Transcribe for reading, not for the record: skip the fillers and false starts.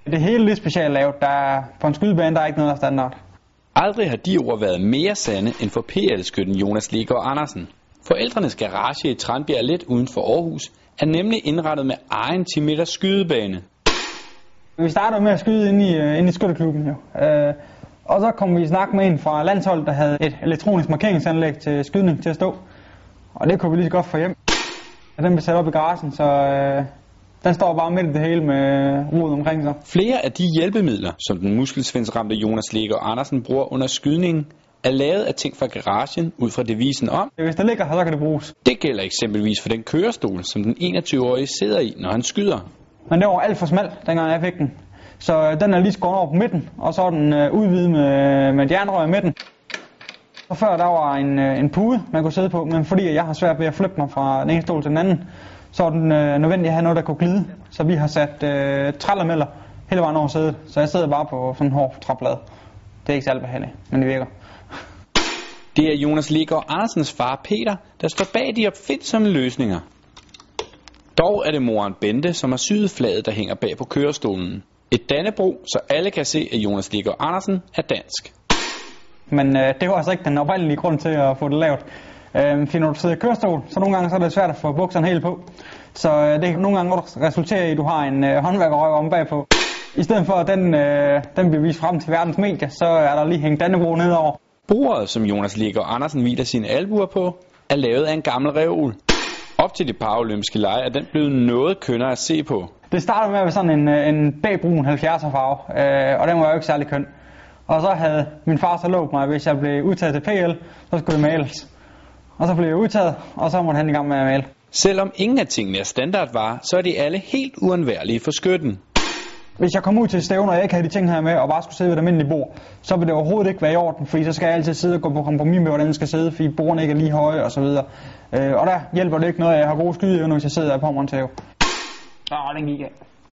Det hele er specielt lavet. På en skydebane der er ikke noget af standard. Aldrig har de ord været mere sande end for PL-skytten Jonas Legaard Andersen. Forældrenes garage i Tranbjerg lidt uden for Aarhus er nemlig indrettet med egen 10 meters skydebane. Vi startede med at skyde inde i skytteklubben jo. Og så kom vi i snak med en fra landsholdet, der havde et elektronisk markeringsanlæg til skydning til at stå. Og det kunne vi lige så godt få hjem. Den blev sat op i garagen, så den står bare midt i det hele med rodet omkring sig. Flere af de hjælpemidler, som den muskelsvindsramte Jonas Legaard Andersen bruger under skydningen, er lavet af ting fra garagen ud fra devisen om: hvis der ligger her, så kan det bruges. Det gælder eksempelvis for den kørestol, som den 21-årige sidder i, når han skyder. Men det var alt for smal, dengang jeg fik den. Så den er lige skåret over på midten, og så er den udvidet med et jernrør i midten. Og før der var en pude, man kunne sidde på, men fordi jeg har svært ved at flytte mig fra den ene stol til den anden, så er den nødvendigt at have noget, der kunne glide. Så vi har sat trællermælder hele vejen over sædet, så jeg sidder bare på sådan en hård træplade. Det er ikke særlig behageligt, men det virker. Det er Jonas Legaard Andersens far Peter, der står bag de opfindsomme løsninger. Dog er det moren Bente, som har syet flaget, der hænger bag på kørestolen. Et Dannebrog, så alle kan se, at Jonas Legaard Andersen er dansk. Men det var altså ikke den oprindelige grund til at få det lavet. For når du sidder i kørestol, så nogle gange så er det svært at få bukserne helt på. Så det kan nogle gange godt resultere i, at du har en håndværkerrøv om bagpå. I stedet for at den bliver vist frem til verdens medier, så er der lige hængt Dannebrog nedover. Bordet, som Jonas Legaard Andersen hviler sine albuer på, er lavet af en gammel reol. Op til de paralympiske lege er den blevet noget kønnere at se på. Det startede med at være sådan en bagbrun 70'er farve, og den var jo ikke særlig køn. Og så havde min far så lovet mig, at hvis jeg blev udtaget til PL, så skulle det males. Og så blev jeg udtaget, og så måtte han i gang med at male. Selvom ingen af tingene er standardvarer, så er de alle helt uundværlige for skytten. Hvis jeg kom ud til stævner, og jeg ikke havde de ting her med, og bare skulle sidde ved et almindeligt bord, så vil det overhovedet ikke være i orden, fordi så skal jeg altid sidde og gå på kompromis med, hvordan den skal sidde, fordi bordene ikke er lige høje osv. Og der hjælper det ikke noget, at jeg har gode skydeevner, hvis jeg sidder på Montav. Den gik af.